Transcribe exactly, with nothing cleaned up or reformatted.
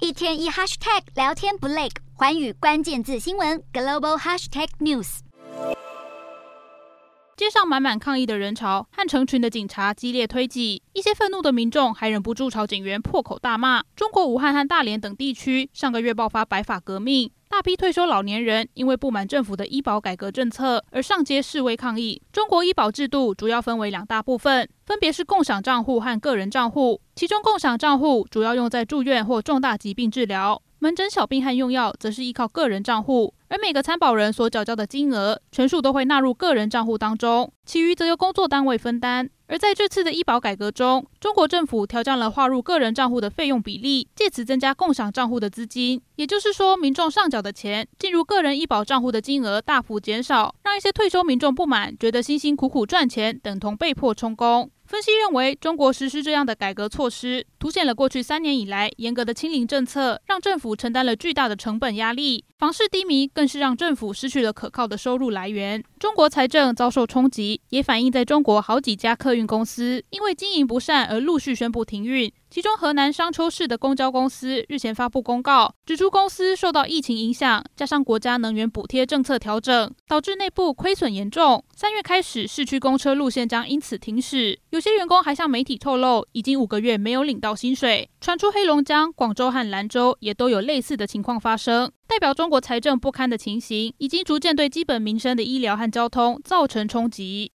一天一 hashtag 聊天不累，寰宇关键字新闻 global hashtag news。 街上满满抗议的人潮和成群的警察激烈推挤，一些愤怒的民众还忍不住朝警员破口大骂。中国武汉和大连等地区上个月爆发白发革命，大批退休老年人因为不满政府的医保改革政策而上街示威抗议。中国医保制度主要分为两大部分，分别是共享账户和个人账户。其中共享账户主要用在住院或重大疾病治疗，门诊小病和用药则是依靠个人账户，而每个参保人所缴交的金额全数都会纳入个人账户当中，其余则由工作单位分担。而在这次的医保改革中，中国政府调降了划入个人账户的费用比例，借此增加共享账户的资金。也就是说，民众上缴的钱进入个人医保账户的金额大幅减少，让一些退休民众不满，觉得辛辛苦苦赚钱等同被迫充公。分析认为，中国实施这样的改革措施，凸显了过去三年以来严格的清零政策，让政府承担了巨大的成本压力。房市低迷更是让政府失去了可靠的收入来源。中国财政遭受冲击，也反映在中国好几家客运公司因为经营不善而陆续宣布停运。其中河南商丘市的公交公司日前发布公告，指出公司受到疫情影响，加上国家能源补贴政策调整，导致内部亏损严重。三月开始，市区公车路线将因此停驶。有些员工还向媒体透露，已经五个月没有领到薪水。传出黑龙江、广州和兰州也都有类似的情况发生，代表中国财政不堪的情形，已经逐渐对基本民生的医疗和交通造成冲击。